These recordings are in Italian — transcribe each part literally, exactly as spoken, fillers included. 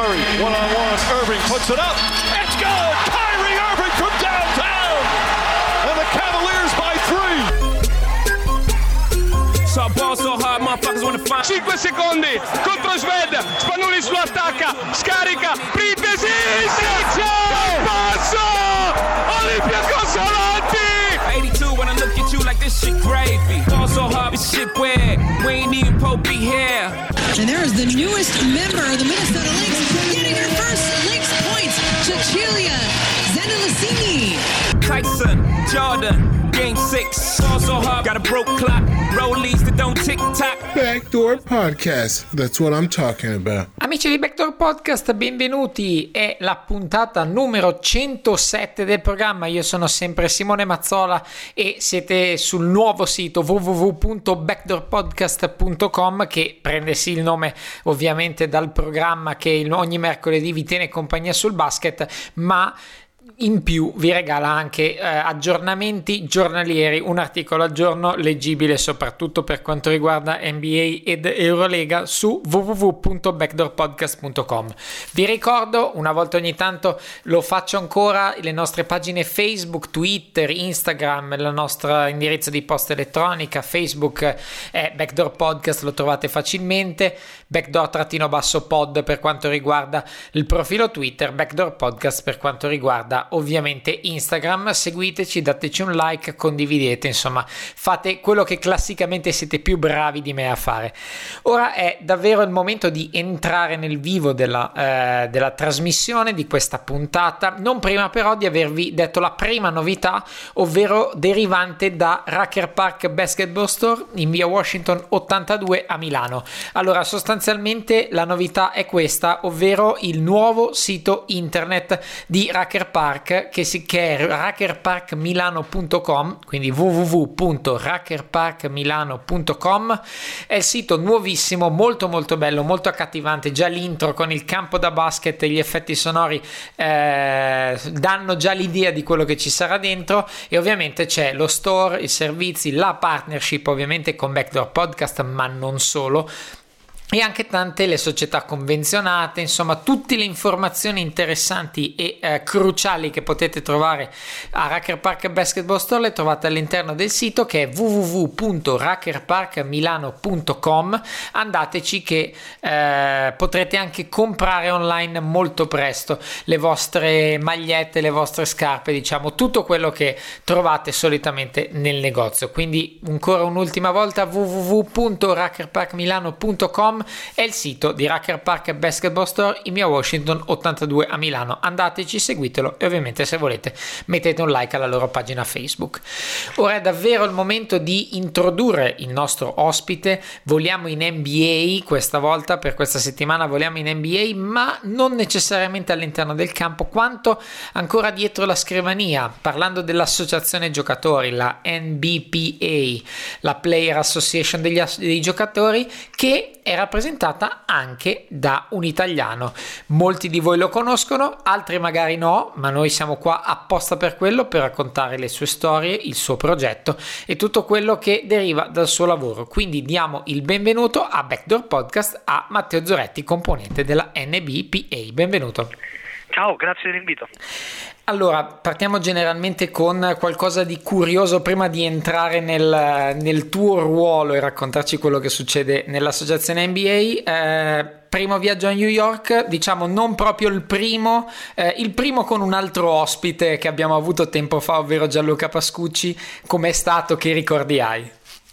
Curry, one-on-one, Irving puts it up, it's good! Kyrie Irving from downtown! And the Cavaliers by three! So ball so hard, motherfuckers wanna find. cinque secondi contro Sved, Spanulis lo attacca, scarica, Printesi, passo, Olympiacos avanti! eighty-two when I look at you like this shit gravy. Ball so hard, this shit weird. We ain't even Pope be here. And there is the newest member of the Minnesota Lynx getting her first Lynx points, Cecilia Zendelicini. Tyson, Jordan, game six. Ball so hard, got a broke clock. Rollies that don't tick tock. Backdoor Podcast, that's what I'm talking about. Amici di Backdoor Podcast, benvenuti. È la puntata numero centosette del programma. Io sono sempre Simone Mazzola e siete sul nuovo sito w w w punto backdoor podcast punto com, che prende sì il nome ovviamente dal programma che ogni mercoledì vi tiene compagnia sul basket, ma in più vi regala anche eh, aggiornamenti giornalieri, un articolo al giorno leggibile soprattutto per quanto riguarda N B A ed Eurolega su w w w punto backdoor podcast punto com. Vi ricordo, una volta ogni tanto lo faccio ancora, le nostre pagine Facebook, Twitter, Instagram, il nostro indirizzo di posta elettronica. Facebook è Backdoor Podcast, lo trovate facilmente, backdoor-pod per quanto riguarda il profilo Twitter, Backdoor Podcast per quanto riguarda ovviamente Instagram. Seguiteci, dateci un like, condividete, insomma fate quello che classicamente siete più bravi di me a fare. Ora è davvero il momento di entrare nel vivo della, eh, della trasmissione di questa puntata, non prima però di avervi detto la prima novità, ovvero derivante da Rucker Park Basketball Store in via Washington ottantadue a Milano. Allora, sostanzialmente la novità è questa, ovvero il nuovo sito internet di Rucker Park, che, si, che è rucker park milano punto com, quindi w w w punto rucker park milano punto com. È il sito nuovissimo, molto molto bello, molto accattivante. Già l'intro con il campo da basket e gli effetti sonori eh, danno già l'idea di quello che ci sarà dentro, e ovviamente c'è lo store, i servizi, la partnership ovviamente con Backdoor Podcast, ma non solo, e anche tante le società convenzionate, insomma tutte le informazioni interessanti e eh, cruciali che potete trovare a Rucker Park Basketball Store le trovate all'interno del sito, che è w w w punto rucker park milano punto com. Andateci, che eh, potrete anche comprare online molto presto le vostre magliette, le vostre scarpe, diciamo tutto quello che trovate solitamente nel negozio. Quindi ancora un'ultima volta w w w punto rucker park milano punto com è il sito di Rucker Park Basketball Store in via Washington ottantadue a Milano. Andateci, seguitelo e ovviamente se volete mettete un like alla loro pagina Facebook. Ora è davvero il momento di introdurre il nostro ospite. Voliamo in N B A questa volta, per questa settimana voliamo in N B A, ma non necessariamente all'interno del campo quanto ancora dietro la scrivania, parlando dell'associazione giocatori, la N B P A, la Player Association degli, dei giocatori, che è rappresentata anche da un italiano. Molti di voi lo conoscono, altri magari no, ma noi siamo qua apposta per quello, per raccontare le sue storie, il suo progetto e tutto quello che deriva dal suo lavoro. Quindi diamo il benvenuto a Backdoor Podcast a Matteo Zoretti, componente della N B P A. Benvenuto. Ciao, grazie dell'invito. Allora, partiamo generalmente con qualcosa di curioso prima di entrare nel, nel tuo ruolo e raccontarci quello che succede nell'associazione N B A. Eh, primo viaggio a New York, diciamo non proprio il primo, eh, il primo con un altro ospite che abbiamo avuto tempo fa, ovvero Gianluca Pascucci. Com'è stato? Che ricordi hai?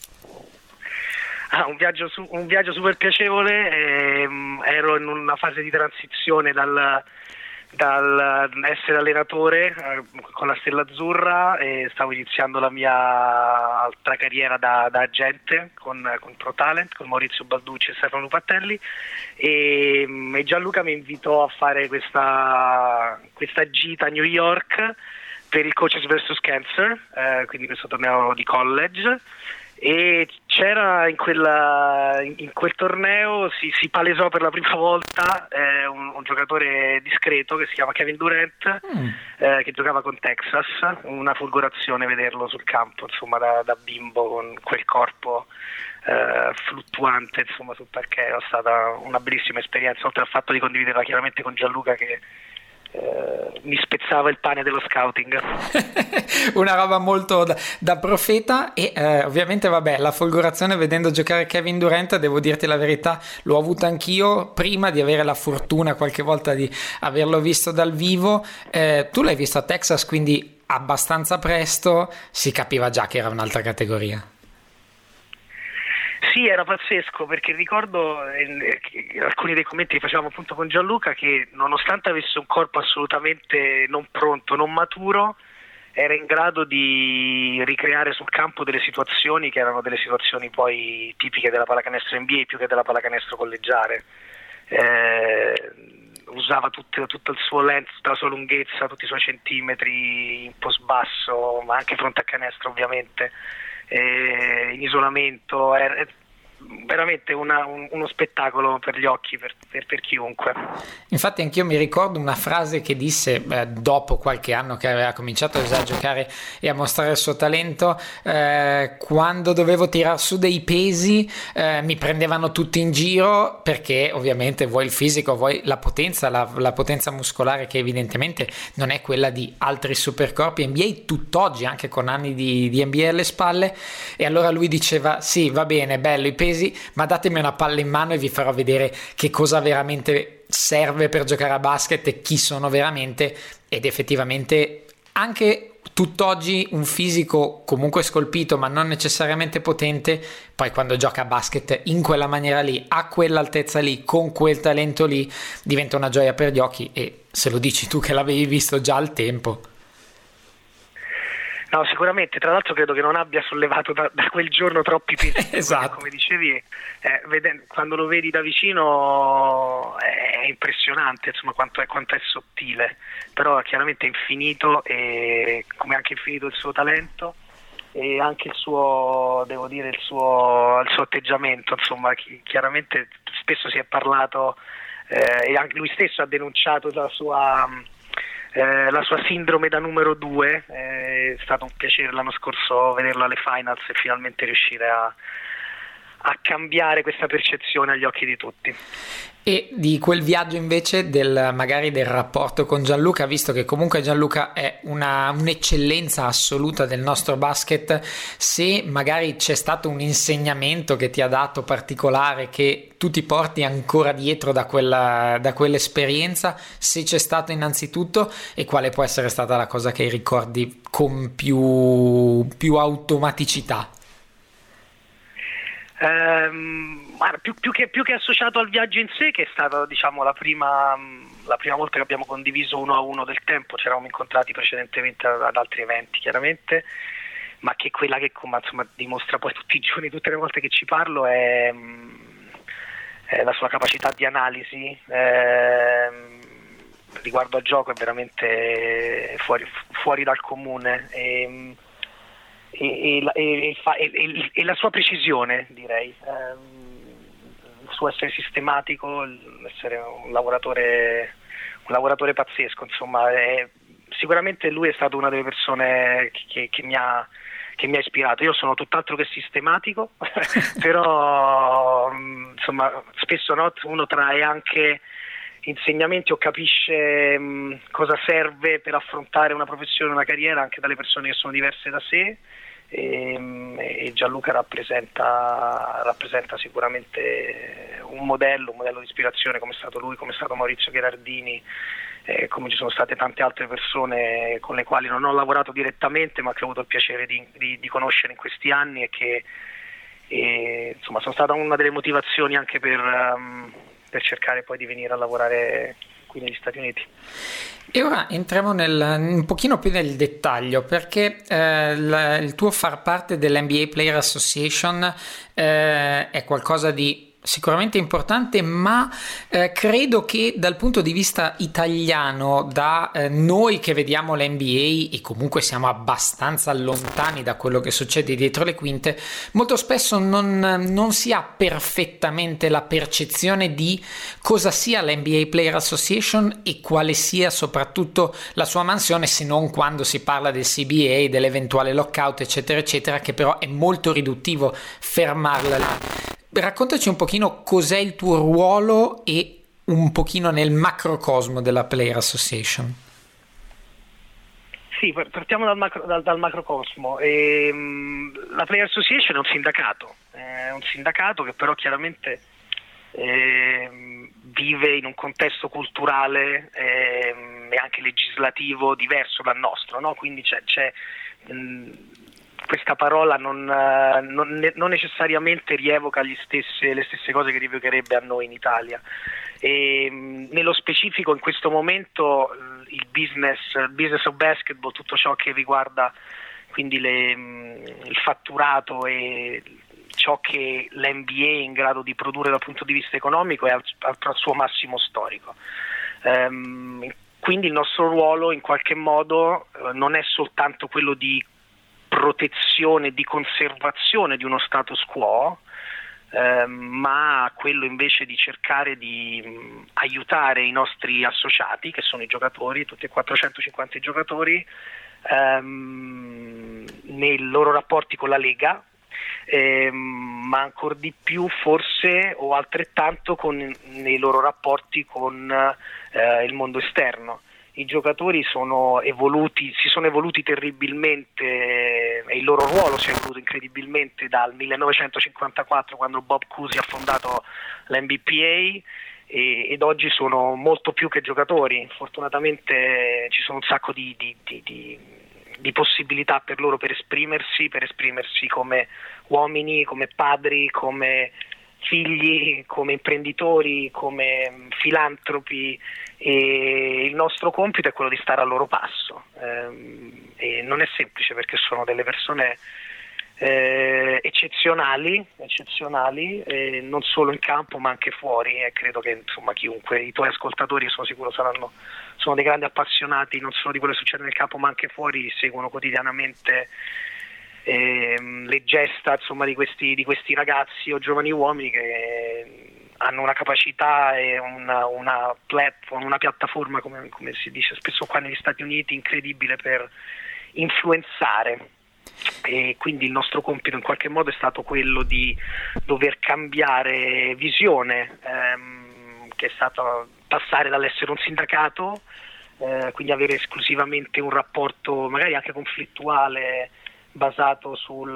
Ah, un viaggio, su, un viaggio super piacevole, ehm, ero in una fase di transizione dal... dal essere allenatore eh, con la Stella Azzurra, e stavo iniziando la mia altra carriera da, da agente con, con Pro Talent, con Maurizio Balducci e Stefano Lupattelli, e, e Gianluca mi invitò a fare questa, questa gita a New York per il Coaches versus Cancer, eh, quindi questo torneo di college, e c'era in, quella, in quel torneo si, si palesò per la prima volta eh, un, un giocatore discreto che si chiama Kevin Durant, mm. eh, che giocava con Texas. Una folgorazione vederlo sul campo, insomma, da, da bimbo con quel corpo eh, fluttuante, insomma, sul parquet. È stata una bellissima esperienza, oltre al fatto di condividerla chiaramente con Gianluca, che Uh, mi spezzava il pane dello scouting. Una roba molto da, da profeta. E uh, ovviamente vabbè, la folgorazione vedendo giocare Kevin Durant, devo dirti la verità, l'ho avuta anch'io prima di avere la fortuna qualche volta di averlo visto dal vivo. Uh, tu l'hai visto a Texas, quindi abbastanza presto si capiva già che era un'altra categoria. Sì, era pazzesco, perché ricordo eh, che alcuni dei commenti che facevamo appunto con Gianluca, che nonostante avesse un corpo assolutamente non pronto, non maturo, era in grado di ricreare sul campo delle situazioni che erano delle situazioni poi tipiche della pallacanestro N B A più che della pallacanestro collegiale. Eh, usava tutto, tutto il suo length, tutta la sua lunghezza, tutti i suoi centimetri in post basso, ma anche fronte a canestro ovviamente, eh, in isolamento. Era veramente una, un, uno spettacolo per gli occhi, per, per, per chiunque. Infatti anch'io mi ricordo una frase che disse eh, dopo qualche anno che aveva cominciato a giocare e a mostrare il suo talento, eh, quando dovevo tirar su dei pesi eh, mi prendevano tutti in giro, perché ovviamente vuoi il fisico, vuoi la potenza, la, la potenza muscolare, che evidentemente non è quella di altri supercorpi N B A tutt'oggi, anche con anni di, di N B A alle spalle. E allora lui diceva: sì, va bene, bello i pesi, ma datemi una palla in mano e vi farò vedere che cosa veramente serve per giocare a basket e chi sono veramente. Ed effettivamente anche tutt'oggi un fisico comunque scolpito ma non necessariamente potente, poi quando gioca a basket in quella maniera lì, a quell'altezza lì, con quel talento lì, diventa una gioia per gli occhi. E se lo dici tu che l'avevi visto già al tempo. No, sicuramente, tra l'altro credo che non abbia sollevato da, da quel giorno troppi pesi. Esatto. Come dicevi, eh, vedendo, quando lo vedi da vicino è, è impressionante, insomma, quanto è, quanto è sottile, però chiaramente è infinito, e come anche infinito il suo talento e anche il suo, devo dire, il suo, il suo atteggiamento, insomma, chi, chiaramente spesso si è parlato eh, e anche lui stesso ha denunciato la sua... Eh, la sua sindrome da numero due. Eh, è stato un piacere l'anno scorso vederlo alle finals e finalmente riuscire a, a cambiare questa percezione agli occhi di tutti. E di quel viaggio invece del magari del rapporto con Gianluca, visto che comunque Gianluca è una, un'eccellenza assoluta del nostro basket, se magari c'è stato un insegnamento che ti ha dato particolare, che tu ti porti ancora dietro da quella, da quell'esperienza, se c'è stato innanzitutto, e quale può essere stata la cosa che ricordi con più, più automaticità? Um, più, più, che, più che associato al viaggio in sé, che è stata, diciamo, la prima, la prima volta che abbiamo condiviso uno a uno del tempo. Ci eravamo incontrati precedentemente ad altri eventi chiaramente, ma che quella che insomma dimostra poi tutti i giorni, tutte le volte che ci parlo, è, è la sua capacità di analisi eh, riguardo al gioco. È veramente fuori, fuori dal comune. E, E, e, e, e, e la sua precisione, direi, ehm, il suo essere sistematico, essere un lavoratore un lavoratore pazzesco, insomma. È, sicuramente lui è stato una delle persone che, che, mi ha, che mi ha ispirato. Io sono tutt'altro che sistematico però insomma spesso, no, uno trae anche insegnamenti o capisce mh, cosa serve per affrontare una professione, una carriera, anche dalle persone che sono diverse da sé. E, e Gianluca rappresenta, rappresenta sicuramente un modello, un modello di ispirazione, come è stato lui, come è stato Maurizio Gherardini, eh, come ci sono state tante altre persone con le quali non ho lavorato direttamente, ma che ho avuto il piacere di, di, di conoscere in questi anni, e che e, insomma sono stata una delle motivazioni anche per, um, per cercare poi di venire a lavorare qui negli Stati Uniti. E ora entriamo nel, un pochino più nel dettaglio, perché eh, il, il tuo far parte dell'N B A Player Association eh, è qualcosa di sicuramente importante, ma eh, credo che dal punto di vista italiano, da eh, noi che vediamo l'N B A e comunque siamo abbastanza lontani da quello che succede dietro le quinte, molto spesso non, non si ha perfettamente la percezione di cosa sia l'N B A Player Association e quale sia soprattutto la sua mansione, se non quando si parla del C B A, dell'eventuale lockout, eccetera eccetera, che però è molto riduttivo fermarla lì. Raccontaci un pochino cos'è il tuo ruolo e un pochino nel macrocosmo della Player Association. Sì, partiamo dal, macro, dal, dal macrocosmo. E, la Player Association è un sindacato, è un sindacato che però chiaramente eh, vive in un contesto culturale eh, e anche legislativo diverso dal nostro, no? Quindi c'è... c'è mh, questa parola non, non, non necessariamente rievoca gli stesse, le stesse cose che rievocherebbe a noi in Italia. E, nello specifico in questo momento il business, il business of basketball, tutto ciò che riguarda quindi le, il fatturato e ciò che l'N B A è in grado di produrre dal punto di vista economico è al, al suo massimo storico. Um, quindi il nostro ruolo in qualche modo uh, non è soltanto quello di protezione, di conservazione di uno status quo, eh, ma quello invece di cercare di mh, aiutare i nostri associati, che sono i giocatori, tutti e quattrocentocinquanta giocatori, ehm, nei loro rapporti con la Lega, ehm, ma ancora di più forse o altrettanto con, nei loro rapporti con eh, il mondo esterno. I giocatori sono evoluti, si sono evoluti terribilmente e il loro ruolo si è evoluto incredibilmente dal millenovecentocinquantaquattro, quando Bob Cousy ha fondato l'N B P A, e, ed oggi sono molto più che giocatori. Fortunatamente ci sono un sacco di, di, di, di, di possibilità per loro per esprimersi, per esprimersi come uomini, come padri, come figli, come imprenditori, come filantropi. E il nostro compito è quello di stare al loro passo, ehm, e non è semplice perché sono delle persone eh, eccezionali, eccezionali eh, non solo in campo ma anche fuori, e credo che insomma chiunque, i tuoi ascoltatori sono sicuro saranno, sono dei grandi appassionati non solo di quello che succede nel campo ma anche fuori, seguono quotidianamente eh, le gesta insomma di questi, di questi ragazzi o giovani uomini che hanno una capacità e una, una platform, una piattaforma, come, come si dice spesso qua negli Stati Uniti, incredibile per influenzare. E quindi il nostro compito in qualche modo è stato quello di dover cambiare visione, ehm, che è stato passare dall'essere un sindacato, eh, quindi avere esclusivamente un rapporto magari anche conflittuale basato sul,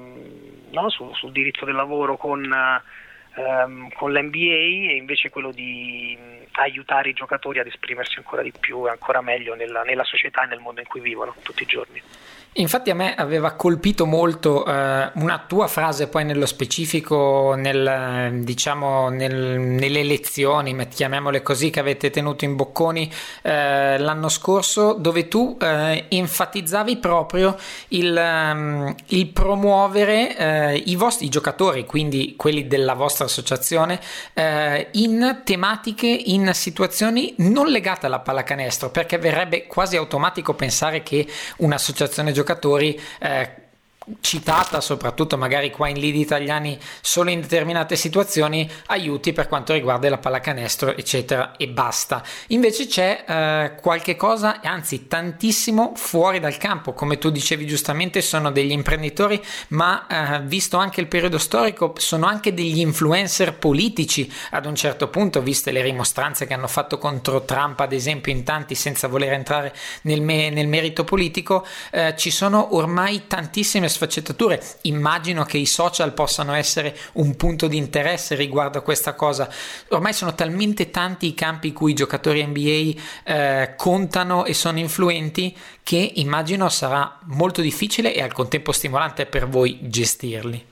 no, sul, sul diritto del lavoro con Um, con l'N B A, e invece quello di um, aiutare i giocatori ad esprimersi ancora di più e ancora meglio nella, nella società e nel mondo in cui vivono tutti i giorni. Infatti a me aveva colpito molto eh, una tua frase poi nello specifico nel, diciamo nel, nelle elezioni, chiamiamole così, che avete tenuto in Bocconi eh, l'anno scorso, dove tu eh, enfatizzavi proprio il, um, il promuovere eh, i vostri giocatori, quindi quelli della vostra associazione, eh, in tematiche, in situazioni non legate alla pallacanestro, perché verrebbe quasi automatico pensare che un'associazione giocatori eh, citata soprattutto magari qua in lidi italiani solo in determinate situazioni aiuti per quanto riguarda la pallacanestro eccetera e basta. Invece c'è eh, qualche cosa, anzi tantissimo fuori dal campo, come tu dicevi giustamente sono degli imprenditori, ma eh, visto anche il periodo storico sono anche degli influencer politici ad un certo punto, viste le rimostranze che hanno fatto contro Trump ad esempio in tanti, senza voler entrare nel, me- nel merito politico. Eh, ci sono ormai tantissime sfaccettature. Immagino che i social possano essere un punto di interesse riguardo a questa cosa. Ormai sono talmente tanti i campi in cui i giocatori N B A eh, contano e sono influenti che immagino sarà molto difficile e al contempo stimolante per voi gestirli.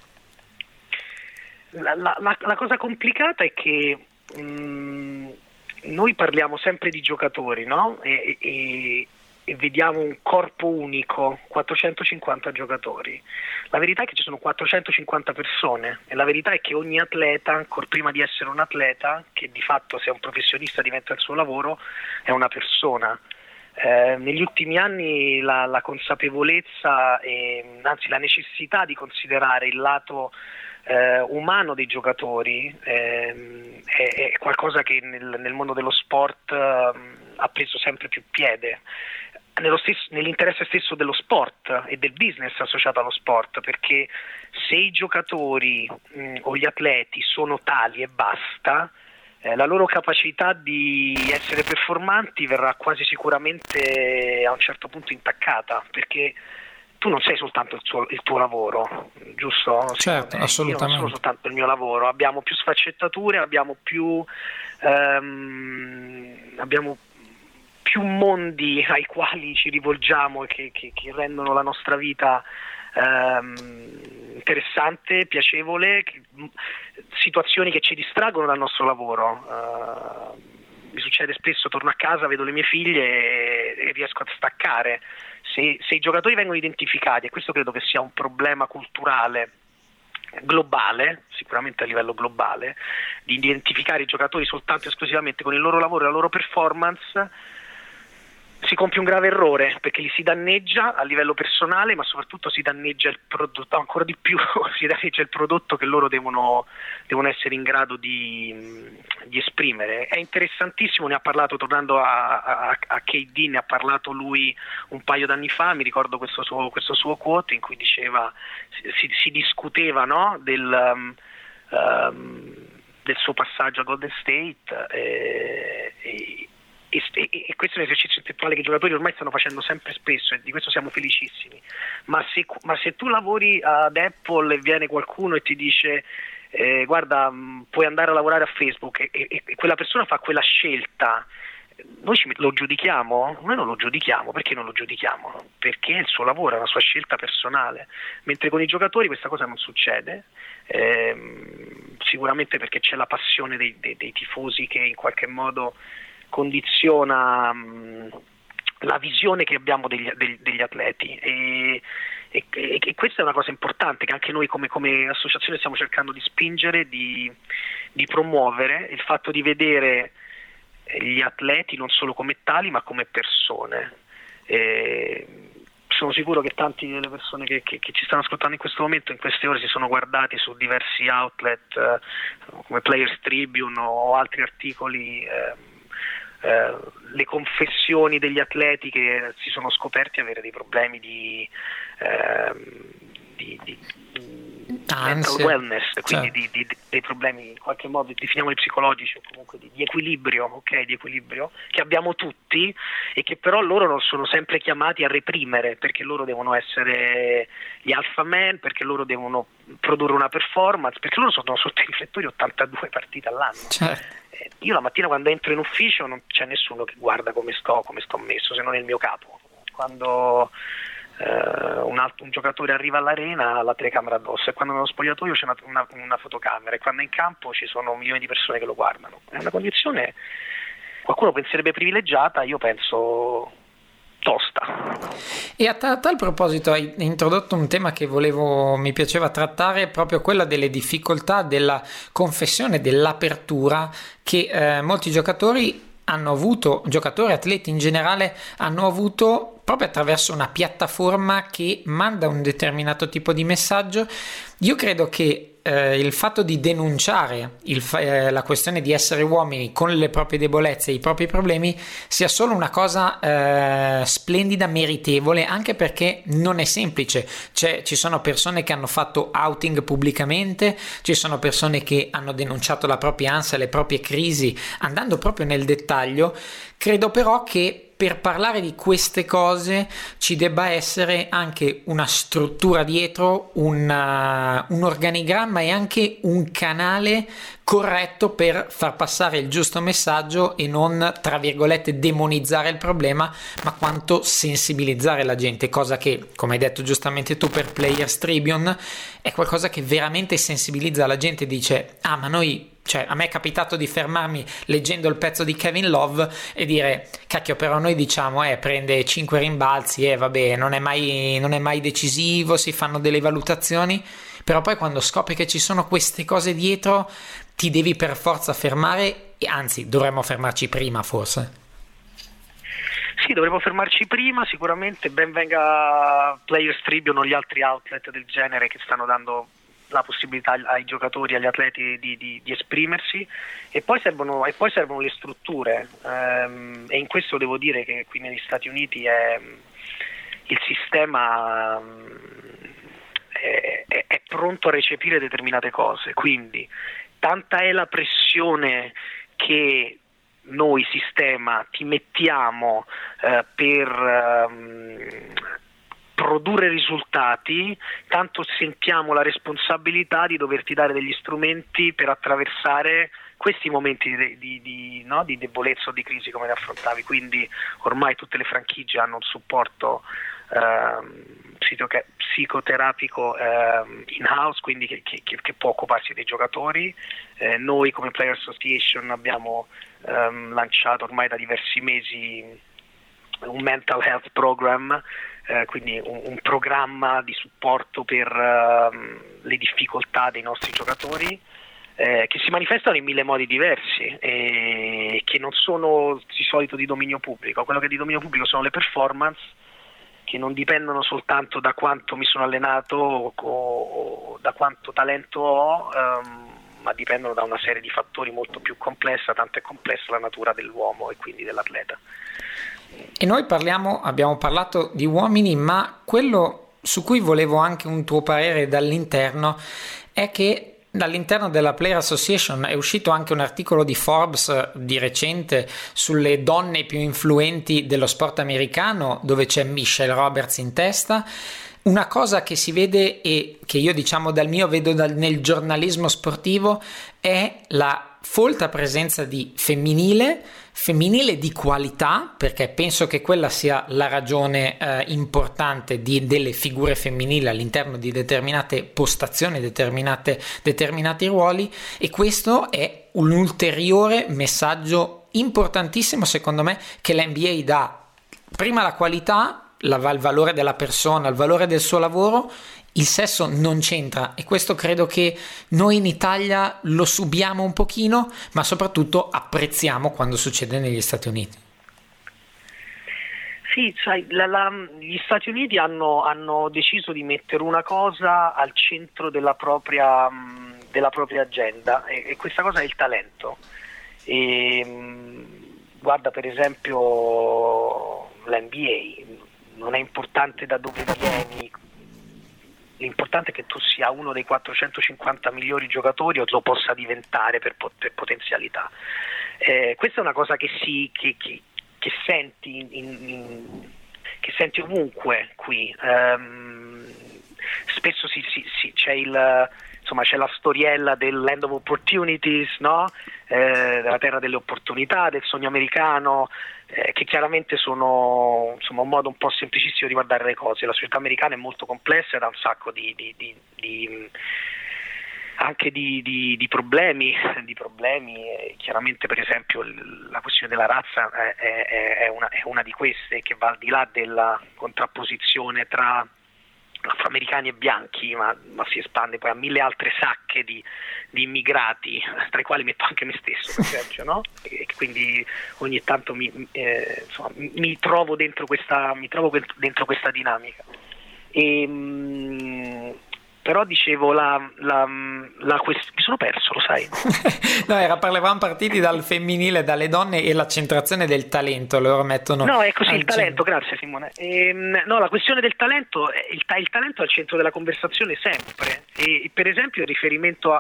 La, la, la cosa complicata è che mh, noi parliamo sempre di giocatori, no? E, e, e vediamo un corpo unico, quattrocentocinquanta giocatori. La verità è che ci sono quattrocentocinquanta persone e la verità è che ogni atleta, ancora prima di essere un atleta, che di fatto se è un professionista diventa il suo lavoro, è una persona. Eh, negli ultimi anni la, la consapevolezza e anzi la necessità di considerare il lato eh, umano dei giocatori eh, è, è qualcosa che nel, nel mondo dello sport eh, ha preso sempre più piede. Nello stesso, nell'interesse stesso dello sport e del business associato allo sport, perché se i giocatori mh, o gli atleti sono tali e basta, eh, la loro capacità di essere performanti verrà quasi sicuramente a un certo punto intaccata, perché tu non sei soltanto il, suo, il tuo lavoro, giusto? Certo, eh, assolutamente. Io non sono soltanto il mio lavoro, abbiamo più sfaccettature, abbiamo più ehm, abbiamo più mondi ai quali ci rivolgiamo e che, che, che rendono la nostra vita ehm, interessante, piacevole, che, situazioni che ci distraggono dal nostro lavoro. Uh, mi succede spesso, torno a casa, vedo le mie figlie e, e riesco a staccare. Se, se i giocatori vengono identificati, e questo credo che sia un problema culturale globale, sicuramente a livello globale, di identificare i giocatori soltanto e esclusivamente con il loro lavoro e la loro performance, si compie un grave errore, perché li si danneggia a livello personale, ma soprattutto si danneggia il prodotto, ancora di più si danneggia il prodotto che loro devono, devono essere in grado di, di esprimere. È interessantissimo, ne ha parlato, tornando a, a, a K D, ne ha parlato lui un paio d'anni fa, mi ricordo questo suo, questo suo quote in cui diceva, si, si discuteva, no, del, um, um, del suo passaggio a Golden State eh, e, E, e, e questo è un esercizio intellettuale che i giocatori ormai stanno facendo sempre spesso e di questo siamo felicissimi, ma se, ma se tu lavori ad Apple e viene qualcuno e ti dice eh, guarda mh, puoi andare a lavorare a Facebook e, e, e quella persona fa quella scelta, noi ci, lo giudichiamo? Noi non lo giudichiamo. Perché non lo giudichiamo? Perché è il suo lavoro, è una sua scelta personale, mentre con i giocatori questa cosa non succede, ehm, sicuramente perché c'è la passione dei, dei, dei tifosi che in qualche modo condiziona mh, la visione che abbiamo degli, degli, degli atleti e, e, e questa è una cosa importante che anche noi come, come associazione stiamo cercando di spingere, di, di promuovere, il fatto di vedere gli atleti non solo come tali ma come persone. E sono sicuro che tanti delle persone che, che, che ci stanno ascoltando in questo momento, in queste ore, si sono guardati su diversi outlet eh, come Players Tribune o altri articoli eh, Uh, le confessioni degli atleti che si sono scoperti avere dei problemi di, uh, di, di, di mental wellness, quindi certo. di, di, dei problemi in qualche modo definiamoli psicologici o comunque di, di equilibrio, ok, di equilibrio che abbiamo tutti e che però loro non sono sempre chiamati a reprimere, perché loro devono essere gli alpha man, perché loro devono produrre una performance, perché loro sono sotto i riflettori ottantadue partite all'anno. Certo. Io la mattina quando entro in ufficio non c'è nessuno che guarda come sto, come sto messo, se non il mio capo. Quando eh, un, altro, un giocatore arriva all'arena ha la telecamera addosso, e quando nello spogliatoio c'è una, una, una fotocamera, e quando è in campo ci sono milioni di persone che lo guardano. È una condizione, qualcuno penserebbe privilegiata, io penso tosta. E a tal, tal proposito hai introdotto un tema che volevo, mi piaceva trattare, proprio quella delle difficoltà della confessione, dell'apertura che eh, molti giocatori hanno avuto, giocatori, atleti in generale, hanno avuto proprio attraverso una piattaforma che manda un determinato tipo di messaggio. Io credo che eh, il fatto di denunciare il, eh, la questione di essere uomini con le proprie debolezze e i propri problemi sia solo una cosa eh, splendida, meritevole, anche perché non è semplice. C'è, ci sono persone che hanno fatto outing pubblicamente, ci sono persone che hanno denunciato la propria ansia, le proprie crisi, andando proprio nel dettaglio. Credo però che per parlare di queste cose ci debba essere anche una struttura dietro, una, un organigramma e anche un canale corretto per far passare il giusto messaggio e non, tra virgolette, demonizzare il problema, ma quanto sensibilizzare la gente, cosa che, come hai detto giustamente tu per Players Tribune, è qualcosa che veramente sensibilizza la gente. Dice: ah, ma noi, cioè, a me è capitato di fermarmi leggendo il pezzo di Kevin Love e dire: cacchio, però noi diciamo eh prende cinque rimbalzi e eh, vabbè, non è mai non è mai decisivo, si fanno delle valutazioni, però poi quando scopri che ci sono queste cose dietro ti devi per forza fermare, e anzi dovremmo fermarci prima forse. Sì, dovremmo fermarci prima, sicuramente. Ben venga Players Tribune o gli altri outlet del genere che stanno dando la possibilità ai giocatori, agli atleti di, di, di esprimersi, e poi servono, e poi servono le strutture, ehm, e in questo devo dire che qui negli Stati Uniti è, il sistema è, è, è pronto a recepire determinate cose, quindi tanta è la pressione che noi sistema ti mettiamo eh, per ehm, produrre risultati, tanto sentiamo la responsabilità di doverti dare degli strumenti per attraversare questi momenti di, di, di, no? di debolezza o di crisi come li affrontavi. Quindi ormai tutte le franchigie hanno un supporto eh, psicoterapico eh, in-house, quindi che, che, che può occuparsi dei giocatori. Eh, noi come Player Association abbiamo ehm, lanciato ormai da diversi mesi un mental health program, eh, quindi un, un programma di supporto per uh, le difficoltà dei nostri giocatori, eh, che si manifestano in mille modi diversi e che non sono di solito di dominio pubblico. Quello che è di dominio pubblico sono le performance, che non dipendono soltanto da quanto mi sono allenato o, o da quanto talento ho, um, ma dipendono da una serie di fattori molto più complessa, tanto è complessa la natura dell'uomo e quindi dell'atleta. E noi parliamo, abbiamo parlato di uomini, ma quello su cui volevo anche un tuo parere dall'interno è che dall'interno della Player Association è uscito anche un articolo di Forbes di recente sulle donne più influenti dello sport americano, dove c'è Michelle Roberts in testa. Una cosa che si vede e che io, diciamo, dal mio vedo dal, nel giornalismo sportivo è la folta presenza di femminile, femminile di qualità, perché penso che quella sia la ragione eh, importante di, delle figure femminili all'interno di determinate postazioni, determinate, determinati ruoli, e questo è un ulteriore messaggio importantissimo secondo me che l'N B A dà. Prima la qualità, la, il valore della persona, il valore del suo lavoro. Il sesso non c'entra, e questo credo che noi in Italia lo subiamo un pochino, ma soprattutto apprezziamo quando succede negli Stati Uniti. Sì, sai, la, la, gli Stati Uniti hanno, hanno deciso di mettere una cosa al centro della propria, della propria agenda, e, e questa cosa è il talento. E, guarda per esempio l'N B A, non è importante da dove vieni, l'importante è che tu sia uno dei quattrocentocinquanta migliori giocatori o lo possa diventare per, per potenzialità. Eh, questa è una cosa che si che, che, che senti in, in, che senti ovunque qui. Um, spesso si, si, si, c'è il insomma c'è la storiella del land of opportunities, no? Eh, della terra delle opportunità, del sogno americano, eh, che chiaramente sono insomma un modo un po' semplicissimo di guardare le cose. La società americana è molto complessa ed ha un sacco di, di, di, di anche di, di, di problemi, di problemi. E chiaramente per esempio la questione della razza è, è, è, una, è una di queste, che va al di là della contrapposizione tra afroamericani e bianchi, ma, ma si espande poi a mille altre sacche di, di immigrati, tra i quali metto anche me stesso, per esempio, no? E quindi ogni tanto mi, eh, insomma, mi trovo dentro questa mi trovo dentro questa dinamica. E, mh, però dicevo la, la, la quest- mi sono perso, lo sai? No, era parlavamo partiti dal femminile, dalle donne e l'accentrazione del talento, loro mettono no è così il talento, grazie Simone. E, no, la questione del talento, il, ta- il talento è al centro della conversazione sempre, e per esempio il riferimento a,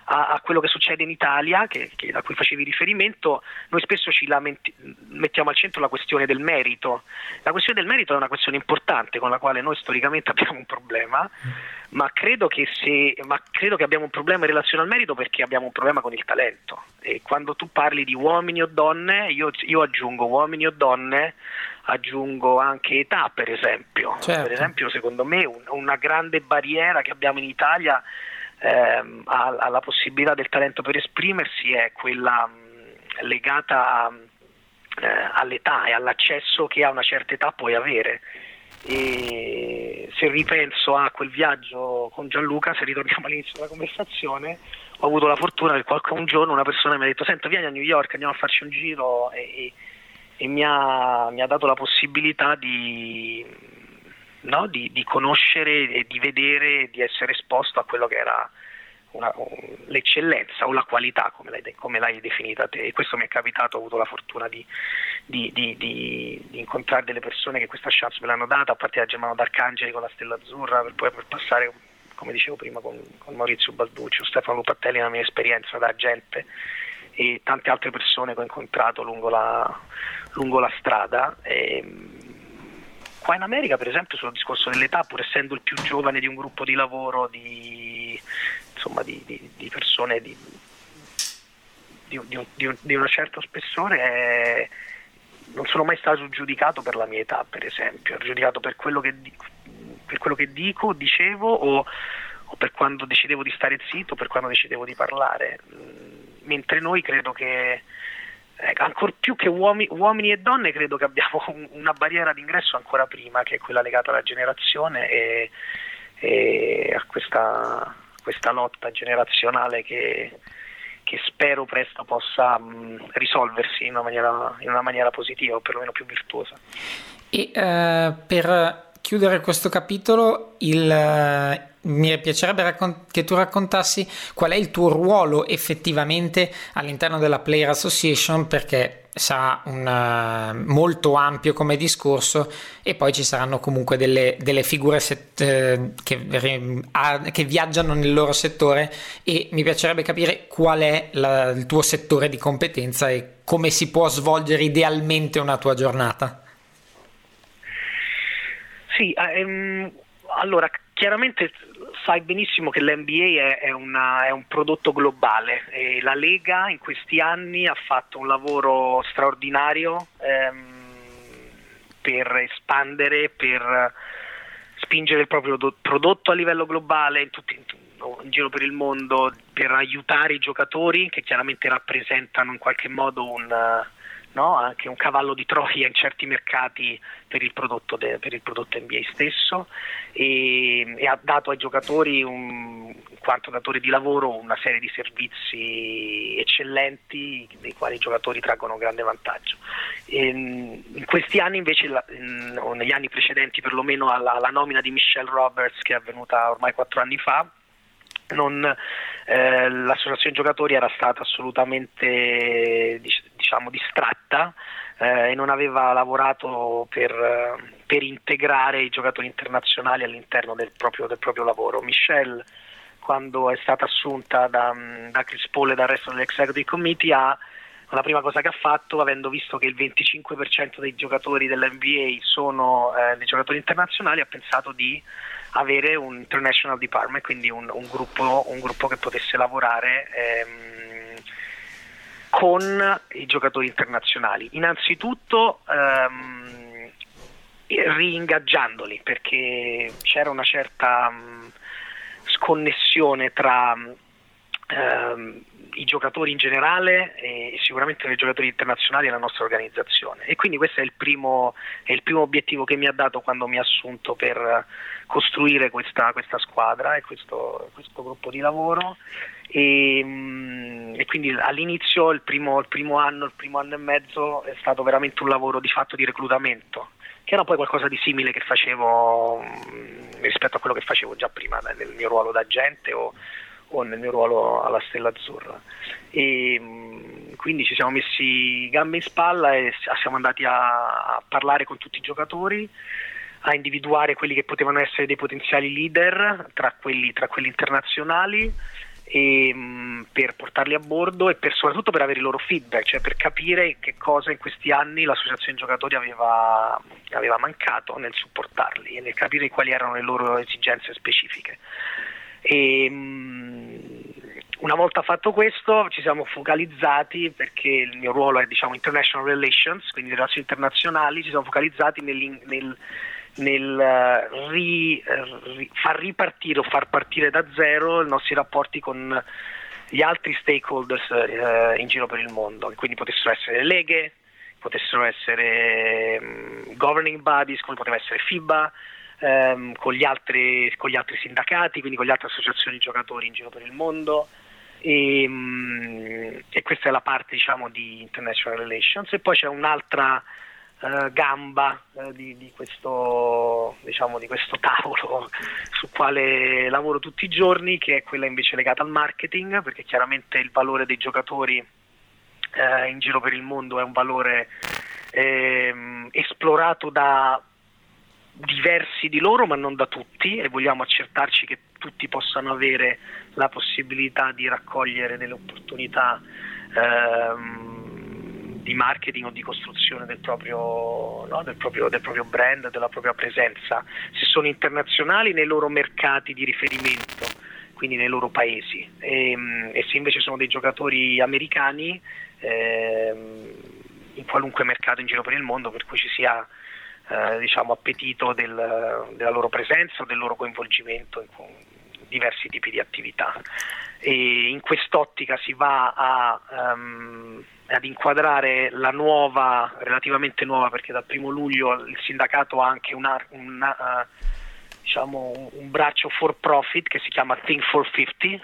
a, a quello che succede in Italia, che, che, a cui facevi riferimento, noi spesso ci lamenti, mettiamo al centro la questione del merito. La questione del merito è una questione importante con la quale noi storicamente abbiamo un problema, ma credo che, se, ma credo che abbiamo un problema in relazione al merito perché abbiamo un problema con il talento. E quando tu parli di uomini o donne, io, io aggiungo uomini o donne, aggiungo anche età, per esempio. Certo. Per esempio, secondo me un, una grande barriera che abbiamo in Italia ehm, alla possibilità del talento per esprimersi è quella mh, legata a, eh, all'età e all'accesso che a una certa età puoi avere. E se ripenso a quel viaggio con Gianluca, se ritorniamo all'inizio della conversazione, ho avuto la fortuna che qualche un giorno una persona mi ha detto: senta, vieni a New York, andiamo a farci un giro, e, e, e mi, ha, mi ha dato la possibilità di, no, di, di conoscere e di vedere, di essere esposto a quello che era una, l'eccellenza o la qualità, come l'hai, come l'hai definita te. E questo mi è capitato, ho avuto la fortuna di, di, di, di, di incontrare delle persone che questa chance me l'hanno data, a partire da Germano D'Arcangeli con la Stella Azzurra, per poi per passare, come dicevo prima, con, con Maurizio Balduccio, Stefano Lupattelli, la mia esperienza da agente, e tante altre persone che ho incontrato lungo la, lungo la strada. E, qua in America, per esempio, sul discorso dell'età, pur essendo il più giovane di un gruppo di lavoro di, insomma, di, di, di persone di, di, di, di, di un certo spessore, è, non sono mai stato giudicato per la mia età, per esempio, ero giudicato per quello che dico, per quello che dico, dicevo, o, o per quando decidevo di stare zitto, per quando decidevo di parlare. Mentre noi credo che, eh, ancor più che uomini, uomini e donne, credo che abbiamo un, una barriera d'ingresso ancora prima, che è quella legata alla generazione e, e a questa, questa lotta generazionale che, che spero presto possa mh, risolversi in una maniera, in una maniera positiva, o perlomeno più virtuosa. E uh, per chiudere questo capitolo, il, uh, mi piacerebbe raccont- che tu raccontassi qual è il tuo ruolo effettivamente all'interno della Player Association, perché sarà un, uh, molto ampio come discorso, e poi ci saranno comunque delle, delle figure set, eh, che, uh, che viaggiano nel loro settore, e mi piacerebbe capire qual è la, il tuo settore di competenza e come si può svolgere idealmente una tua giornata. Sì, ehm, allora chiaramente sai benissimo che l'N B A è, è, una, è un prodotto globale, e la Lega in questi anni ha fatto un lavoro straordinario ehm, per espandere, per spingere il proprio do- prodotto a livello globale in, tutti, in, in giro per il mondo, per aiutare i giocatori che chiaramente rappresentano in qualche modo un... No, anche un cavallo di Troia in certi mercati per il prodotto, de, per il prodotto N B A stesso, e, e ha dato ai giocatori, un, in quanto datore di lavoro, una serie di servizi eccellenti dei quali i giocatori traggono grande vantaggio. E, in questi anni invece, la, in, o negli anni precedenti perlomeno, alla, alla nomina di Michelle Roberts, che è avvenuta ormai quattro anni fa, non, eh, l'associazione giocatori era stata assolutamente diciamo distratta eh, e non aveva lavorato per, per integrare i giocatori internazionali all'interno del proprio, del proprio lavoro. Michelle, quando è stata assunta da, da Chris Paul e dal resto dell'Executive Committee, ha la prima cosa che ha fatto, avendo visto che il venticinque per cento dei giocatori dell'N B A sono eh, dei giocatori internazionali, ha pensato di avere un international department, quindi un, un, gruppo, un gruppo che potesse lavorare ehm, con i giocatori internazionali. Innanzitutto ehm, riingaggiandoli, perché c'era una certa mh, sconnessione tra ehm, i giocatori in generale e sicuramente i giocatori internazionali e la nostra organizzazione, e quindi questo è il primo, è il primo obiettivo che mi ha dato quando mi ha assunto per costruire questa, questa squadra e questo, questo gruppo di lavoro. E, e quindi all'inizio, il primo, il primo anno, il primo anno e mezzo è stato veramente un lavoro di fatto di reclutamento, che era poi qualcosa di simile che facevo rispetto a quello che facevo già prima nel mio ruolo da agente o o nel mio ruolo alla Stella Azzurra. E quindi ci siamo messi gambe in spalla e siamo andati a, a parlare con tutti i giocatori, a individuare quelli che potevano essere dei potenziali leader tra quelli, tra quelli internazionali, e, mh, per portarli a bordo e per, soprattutto per avere i loro feedback, cioè per capire che cosa in questi anni l'associazione giocatori aveva, aveva mancato nel supportarli e nel capire quali erano le loro esigenze specifiche. E, mh, una volta fatto questo ci siamo focalizzati, perché il mio ruolo è diciamo international relations, quindi relazioni internazionali, ci siamo focalizzati nel, nel, nel uh, ri, uh, ri, far ripartire o far partire da zero i nostri rapporti con gli altri stakeholders uh, in giro per il mondo, quindi potessero essere le leghe, potessero essere um, governing bodies come poteva essere FIBA, um, con gli altri, con gli altri sindacati, quindi con le altre associazioni giocatori in giro per il mondo. E, e questa è la parte diciamo di international relations, e poi c'è un'altra uh, gamba uh, di, di questo diciamo di questo tavolo su quale lavoro tutti i giorni, che è quella invece legata al marketing, perché chiaramente il valore dei giocatori uh, in giro per il mondo è un valore ehm, esplorato da diversi di loro ma non da tutti, e vogliamo accertarci che tutti possano avere la possibilità di raccogliere delle opportunità ehm, di marketing o di costruzione del proprio, no, del proprio, del proprio brand, della propria presenza, se sono internazionali nei loro mercati di riferimento, quindi nei loro paesi, e, e se invece sono dei giocatori americani ehm, in qualunque mercato in giro per il mondo, per cui ci sia Eh, diciamo appetito del, della loro presenza o del loro coinvolgimento in, in diversi tipi di attività. E in quest'ottica si va a, um, ad inquadrare la nuova, relativamente nuova, perché dal primo luglio il sindacato ha anche una, una, uh, diciamo un, un braccio for profit che si chiama Think for cinquanta,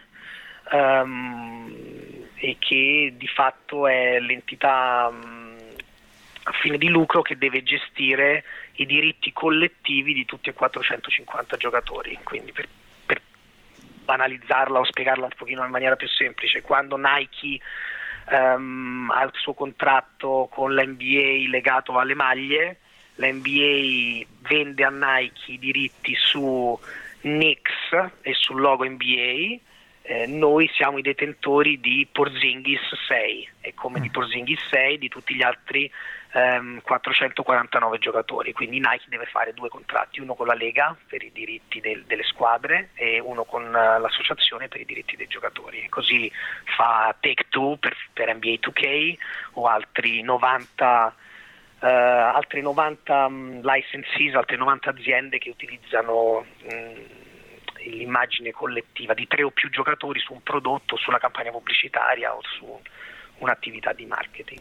um, e che di fatto è l'entità um, a fine di lucro che deve gestire i diritti collettivi di tutti e quattrocentocinquanta giocatori. Quindi per, per banalizzarla o spiegarla un pochino in maniera più semplice, quando Nike um, ha il suo contratto con l'N B A legato alle maglie, l'N B A vende a Nike i diritti su Knicks e sul logo N B A. Eh, noi siamo i detentori di Porzingis sei, e come di Porzingis sei di tutti gli altri ehm, quattrocentoquarantanove giocatori, quindi Nike deve fare due contratti, uno con la Lega per i diritti del, delle squadre e uno con uh, l'associazione per i diritti dei giocatori, così fa Take-Two per, per N B A due K o altri novanta uh, altri novanta um, licensees, altre novanta aziende che utilizzano um, l'immagine collettiva di tre o più giocatori su un prodotto, sulla campagna pubblicitaria o su un'attività di marketing.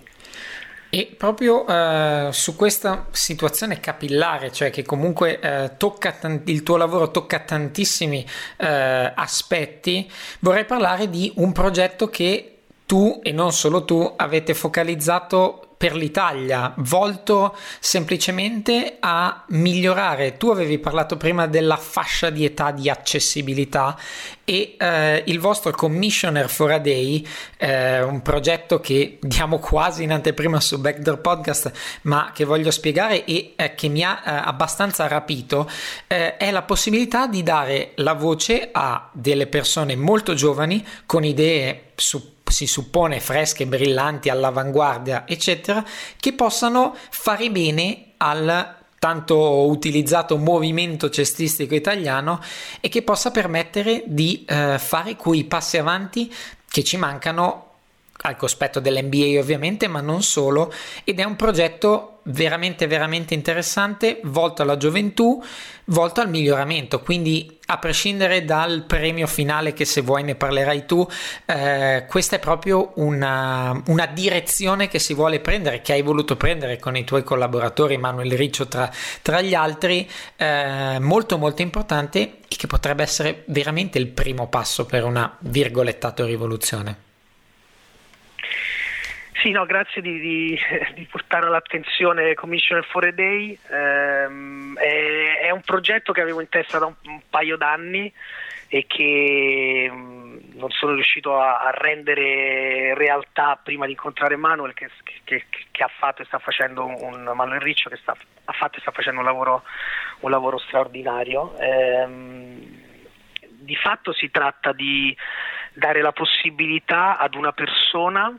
E proprio uh, su questa situazione capillare, cioè che comunque uh, tocca t- il tuo lavoro tocca tantissimi uh, aspetti, vorrei parlare di un progetto che tu e non solo tu avete focalizzato per l'Italia, volto semplicemente a migliorare. Tu avevi parlato prima della fascia di età di accessibilità e eh, il vostro Commissioner for a Day, eh, un progetto che diamo quasi in anteprima su Backdoor Podcast, ma che voglio spiegare e eh, che mi ha eh, abbastanza rapito, eh, è la possibilità di dare la voce a delle persone molto giovani con idee su si suppone fresche, brillanti, all'avanguardia, eccetera, che possano fare bene al tanto utilizzato movimento cestistico italiano e che possa permettere di eh, fare quei passi avanti che ci mancano al cospetto dell'N B A ovviamente, ma non solo, ed è un progetto veramente veramente interessante, volto alla gioventù, volto al miglioramento, quindi a prescindere dal premio finale che se vuoi ne parlerai tu, eh, questa è proprio una, una direzione che si vuole prendere, che hai voluto prendere con i tuoi collaboratori, Manuel Riccio tra, tra gli altri, eh, molto molto importante e che potrebbe essere veramente il primo passo per una virgolettato rivoluzione. Sì, no, grazie di, di, di portare all'attenzione Commissioner for a Day. Ehm, è, è un progetto che avevo in testa da un, un paio d'anni e che mh, non sono riuscito a, a rendere realtà prima di incontrare Manuel, che, che, che ha fatto e sta facendo un Manuel Riccio che sta, ha fatto e sta facendo un lavoro, un lavoro straordinario. Ehm, di fatto si tratta di dare la possibilità ad una persona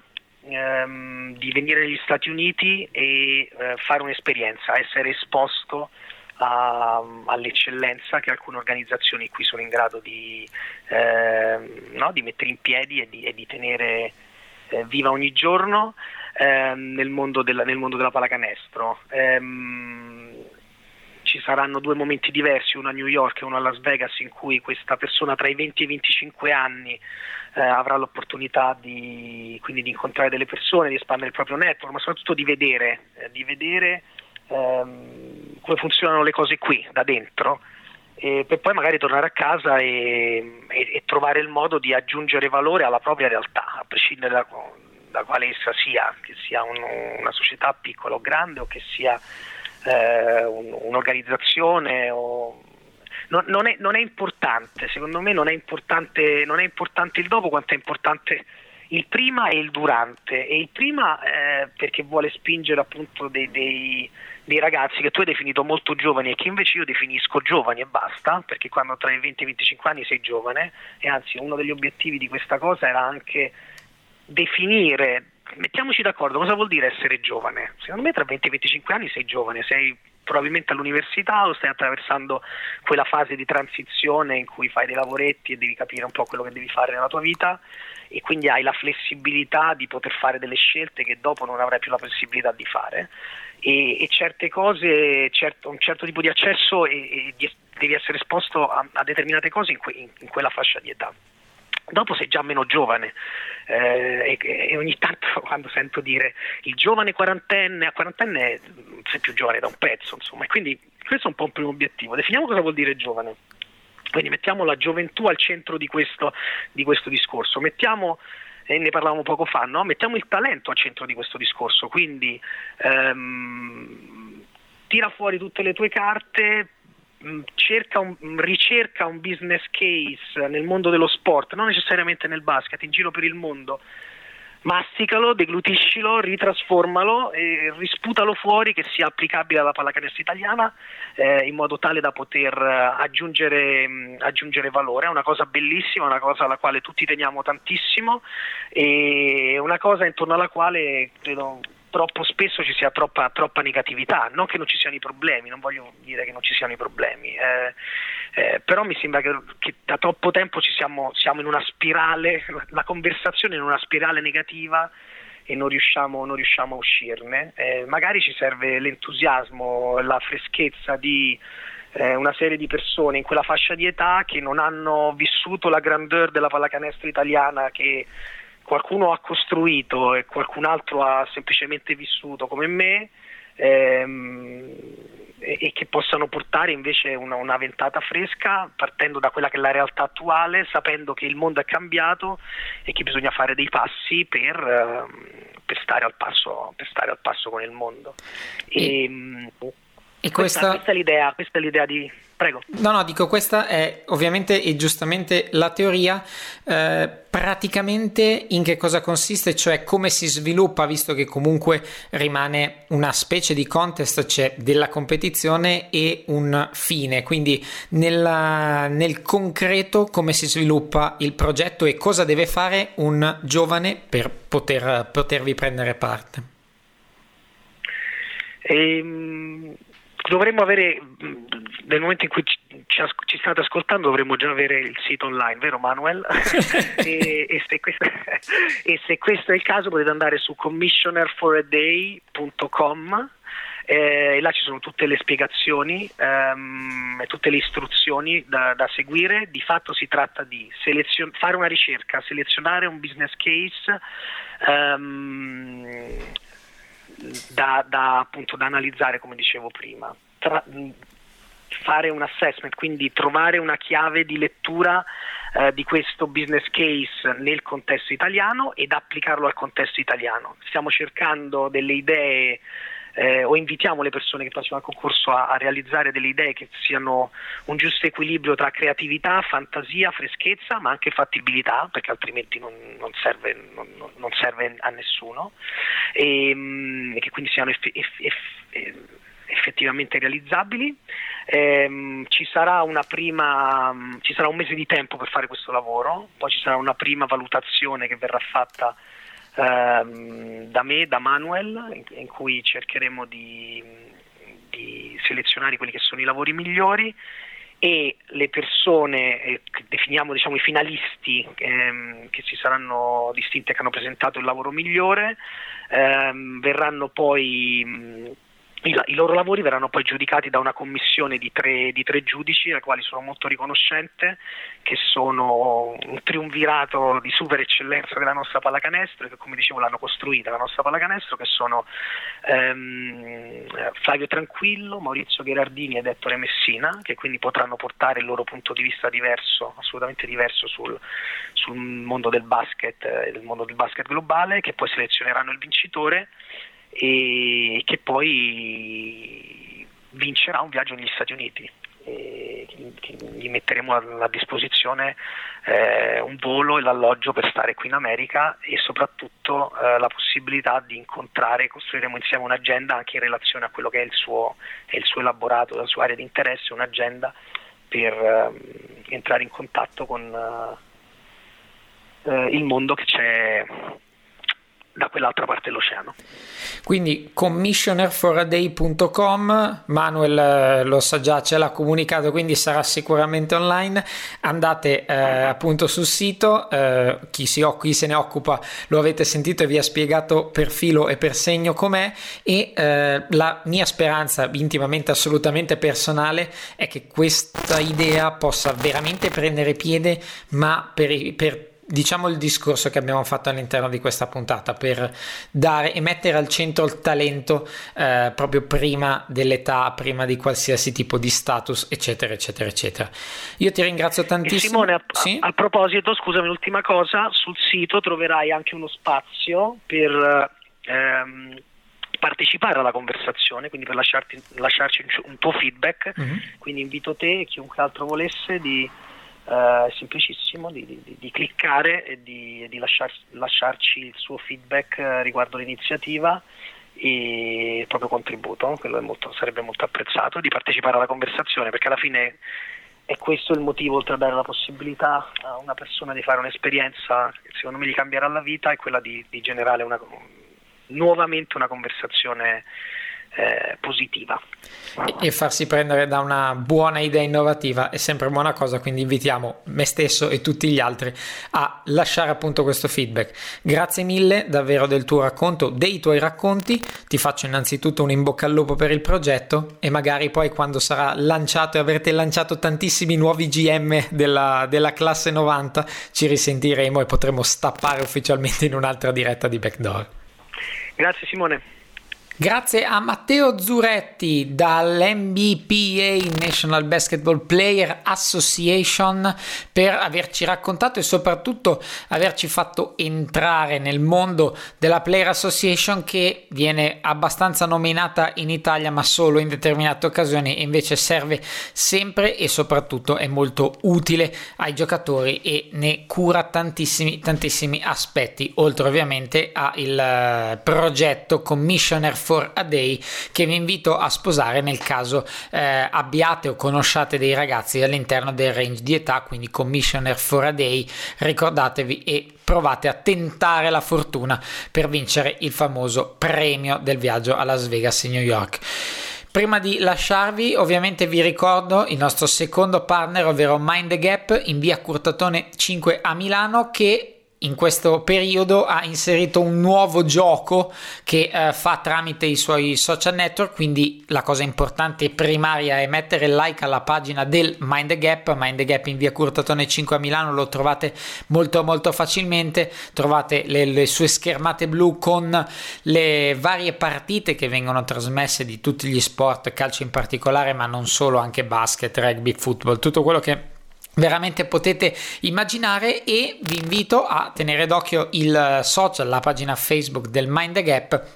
ehm, di venire negli Stati Uniti e eh, fare un'esperienza, essere esposto a, all'eccellenza che alcune organizzazioni qui sono in grado di, eh, no, di mettere in piedi e di, e di tenere eh, viva ogni giorno eh, nel mondo della, nel mondo della pallacanestro. Ehm, ci saranno due momenti diversi, uno a New York e uno a Las Vegas, in cui questa persona tra i venti e i venticinque anni eh, avrà l'opportunità di, quindi di incontrare delle persone, di espandere il proprio network, ma soprattutto di vedere, eh, di vedere ehm, come funzionano le cose qui, da dentro, e per poi magari tornare a casa e, e, e trovare il modo di aggiungere valore alla propria realtà, a prescindere da, da quale essa sia, che sia un, una società piccola o grande, o che sia eh, un, un'organizzazione o... Non, non, è, non è importante, secondo me non è importante, non è importante il dopo quanto è importante il prima e il durante. E il prima eh, perché vuole spingere appunto dei, dei, dei ragazzi che tu hai definito molto giovani e che invece io definisco giovani e basta, perché quando tra i venti e i venticinque anni sei giovane, e anzi uno degli obiettivi di questa cosa era anche definire, mettiamoci d'accordo, cosa vuol dire essere giovane. Secondo me tra venti e venticinque anni sei giovane, sei probabilmente all'università o stai attraversando quella fase di transizione in cui fai dei lavoretti e devi capire un po' quello che devi fare nella tua vita, e quindi hai la flessibilità di poter fare delle scelte che dopo non avrai più la possibilità di fare, e, e certe cose, certo, un certo tipo di accesso e, e di, devi essere esposto a, a determinate cose in, que, in, in quella fascia di età. Dopo sei già meno giovane eh, e, e ogni tanto quando sento dire il giovane quarantenne, a quarantenne sei più giovane da un pezzo, insomma, e quindi questo è un po' un primo obiettivo. Definiamo cosa vuol dire giovane, quindi mettiamo la gioventù al centro di questo, di questo discorso, mettiamo, e ne parlavamo poco fa, no? Mettiamo il talento al centro di questo discorso, quindi ehm, tira fuori tutte le tue carte, cerca un, ricerca un business case nel mondo dello sport, non necessariamente nel basket, in giro per il mondo, masticalo, deglutiscilo, ritrasformalo e risputalo fuori che sia applicabile alla pallacanestro italiana eh, in modo tale da poter aggiungere, mh, aggiungere valore. È una cosa bellissima, una cosa alla quale tutti teniamo tantissimo, e una cosa intorno alla quale credo troppo spesso ci sia troppa, troppa negatività. Non che non ci siano i problemi, non voglio dire che non ci siano i problemi, eh, eh, però mi sembra che, che da troppo tempo ci siamo, siamo in una spirale, la conversazione è in una spirale negativa e non riusciamo, non riusciamo a uscirne. Eh, magari ci serve l'entusiasmo, la freschezza di eh, una serie di persone in quella fascia di età che non hanno vissuto la grandeur della pallacanestro italiana, che qualcuno ha costruito e qualcun altro ha semplicemente vissuto come me, ehm, e, e che possano portare invece una, una ventata fresca, partendo da quella che è la realtà attuale, sapendo che il mondo è cambiato e che bisogna fare dei passi per, eh, per stare al passo, per stare al passo con il mondo. E, e, e questa, questa... questa è l'idea, questa è l'idea di... Prego. No, no, dico, questa è ovviamente e giustamente la teoria. Eh, praticamente in che cosa consiste, cioè come si sviluppa, visto che comunque rimane una specie di contest, c'è della competizione e un fine, quindi nella, nel concreto come si sviluppa il progetto e cosa deve fare un giovane per poter, potervi prendere parte? Ehm... Dovremmo avere, nel momento in cui ci, ci state ascoltando, dovremmo già avere il sito online, vero Manuel? e, e, se questo, e se questo è il caso potete andare su commissioner for a day punto com eh, e là ci sono tutte le spiegazioni ehm, e tutte le istruzioni da, da seguire. Di fatto si tratta di selezion- fare una ricerca, selezionare un business case ehm, Da, da appunto da analizzare, come dicevo prima, Tra, fare un assessment, quindi trovare una chiave di lettura eh, di questo business case nel contesto italiano ed applicarlo al contesto italiano. Stiamo cercando delle idee eh, o invitiamo le persone che partecipano al concorso a, a realizzare delle idee che siano un giusto equilibrio tra creatività, fantasia, freschezza, ma anche fattibilità, perché altrimenti non, non, serve, non, non serve a nessuno, e, e che quindi siano eff, eff, eff, effettivamente realizzabili. Ehm, ci sarà una prima, ci sarà un mese di tempo per fare questo lavoro, poi ci sarà una prima valutazione che verrà fatta ehm, da me, da Manuel, in, in cui cercheremo di, di selezionare quelli che sono i lavori migliori, e le persone eh, che definiamo, diciamo, i finalisti ehm, che si saranno distinte, che hanno presentato il lavoro migliore, ehm, verranno poi mh, I, I loro lavori verranno poi giudicati da una commissione di tre, di tre giudici, ai quali sono molto riconoscente, che sono un triumvirato di super eccellenza della nostra pallacanestro, che, come dicevo, l'hanno costruita la nostra pallacanestro, che sono ehm, Flavio Tranquillo, Maurizio Gherardini ed Ettore Messina, che quindi potranno portare il loro punto di vista diverso, assolutamente diverso sul, sul mondo del basket e del mondo del basket globale, che poi selezioneranno il vincitore e che poi vincerà un viaggio negli Stati Uniti, e che gli metteremo a, a disposizione eh, un volo e l'alloggio per stare qui in America, e soprattutto eh, la possibilità di incontrare, costruiremo insieme un'agenda anche in relazione a quello che è il suo, è il suo elaborato, la sua area di interesse, un'agenda per eh, entrare in contatto con eh, il mondo che c'è da quell'altra parte dell'oceano. Quindi commissioner for a day punto com, Manuel lo sa già, ce l'ha comunicato, quindi sarà sicuramente online. Andate eh, appunto sul sito, eh, chi, si, chi se ne occupa lo avete sentito e vi ha spiegato per filo e per segno com'è, e eh, la mia speranza intimamente assolutamente personale è che questa idea possa veramente prendere piede, ma per, per diciamo il discorso che abbiamo fatto all'interno di questa puntata, per dare e mettere al centro il talento eh, proprio prima dell'età, prima di qualsiasi tipo di status, eccetera eccetera eccetera. Io ti ringrazio tantissimo. E Simone, a, sì? a proposito, scusami, l'ultima cosa, sul sito troverai anche uno spazio per ehm, partecipare alla conversazione, quindi per lasciarti, lasciarci un tuo feedback. Mm-hmm. Quindi invito te e chiunque altro volesse di Uh, semplicissimo di, di, di cliccare e di, di lasciar, lasciarci il suo feedback uh, riguardo l'iniziativa e il proprio contributo. Quello è molto, sarebbe molto apprezzato, di partecipare alla conversazione, perché alla fine è questo il motivo, oltre a dare la possibilità a una persona di fare un'esperienza che secondo me gli cambierà la vita, è quella di, di generare una, nuovamente una conversazione Eh, positiva, e farsi prendere da una buona idea innovativa è sempre buona cosa. Quindi invitiamo me stesso e tutti gli altri a lasciare appunto questo feedback. Grazie mille davvero del tuo racconto, dei tuoi racconti. Ti faccio innanzitutto un in bocca al lupo per il progetto, e magari poi quando sarà lanciato e avrete lanciato tantissimi nuovi G M della, della classe novanta ci risentiremo e potremo stappare ufficialmente in un'altra diretta di Backdoor. Grazie Simone. Grazie a Matteo Zuretti dall'N B P A National Basketball Player Association per averci raccontato e soprattutto averci fatto entrare nel mondo della Player Association, che viene abbastanza nominata in Italia ma solo in determinate occasioni, e invece serve sempre e soprattutto è molto utile ai giocatori e ne cura tantissimi tantissimi aspetti, oltre ovviamente al progetto Commissioner for a Day, che vi invito a sposare nel caso eh, abbiate o conosciate dei ragazzi all'interno del range di età. Quindi Commissioner for a Day, ricordatevi e provate a tentare la fortuna per vincere il famoso premio del viaggio a Las Vegas e New York. Prima di lasciarvi, ovviamente vi ricordo il nostro secondo partner, ovvero Mind the Gap in via Curtatone cinque a Milano, che in questo periodo ha inserito un nuovo gioco che eh, fa tramite i suoi social network. Quindi la cosa importante e primaria è mettere like alla pagina del Mind the Gap. Mind the Gap in via Curtatone cinque a Milano lo trovate molto molto facilmente. Trovate le, le sue schermate blu con le varie partite che vengono trasmesse di tutti gli sport, calcio in particolare, ma non solo, anche basket, rugby, football, tutto quello che veramente potete immaginare. E vi invito a tenere d'occhio il social, la pagina Facebook del Mind the Gap,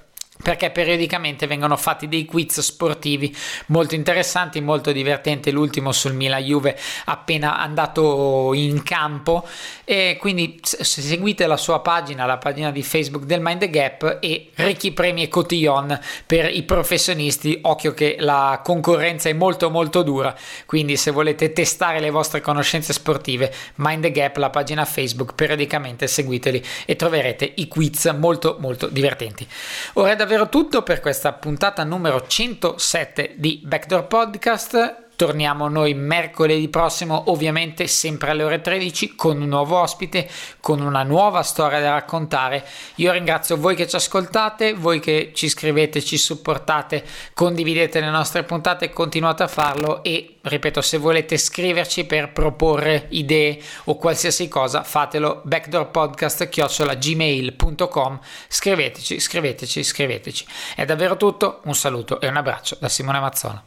perché periodicamente vengono fatti dei quiz sportivi molto interessanti, molto divertenti, l'ultimo sul Milan Juve appena andato in campo, e quindi seguite la sua pagina, la pagina di Facebook del Mind the Gap, e ricchi premi e cotillon per i professionisti. Occhio che la concorrenza è molto molto dura, quindi se volete testare le vostre conoscenze sportive, Mind the Gap, la pagina Facebook, periodicamente seguiteli e troverete i quiz molto molto divertenti. Ora è davvero tutto per questa puntata numero centosette di Backdoor Podcast. Torniamo noi mercoledì prossimo, ovviamente sempre alle ore tredici, con un nuovo ospite, con una nuova storia da raccontare. Io ringrazio voi che ci ascoltate, voi che ci scrivete, ci supportate, condividete le nostre puntate, continuate a farlo, e ripeto, se volete scriverci per proporre idee o qualsiasi cosa, fatelo. backdoorpodcast chiocciola gmail punto com. Scriveteci, scriveteci, scriveteci. È davvero tutto, un saluto e un abbraccio da Simone Mazzola.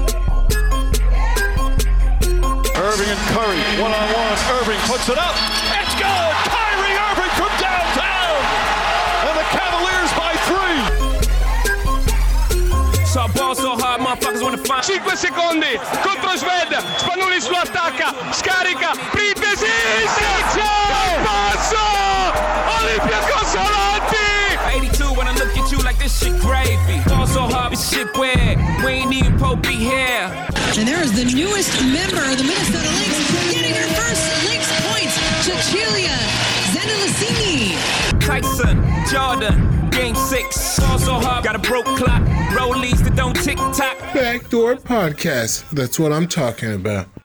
Irving and Curry, one on one. Irving puts it up. It's good. Kyrie Irving from downtown, and the Cavaliers by three. So ball so hard, motherfuckers wanna find. cinque secondi contro Sved, Spanulis lo attacca, scarica, Pripesi, passo, Olympiacos avanti. eighty-two when I look at you like this shit gravy. Ball so hard, this shit weird. We ain't even Pope be here. And there is the newest member of the Minnesota Lynx getting her first Lynx points, Cecilia Zendelicini. Tyson, Jordan, game six. Ball so hard, got a broke clock. Rollies that don't tick tock. Backdoor Podcast. That's what I'm talking about.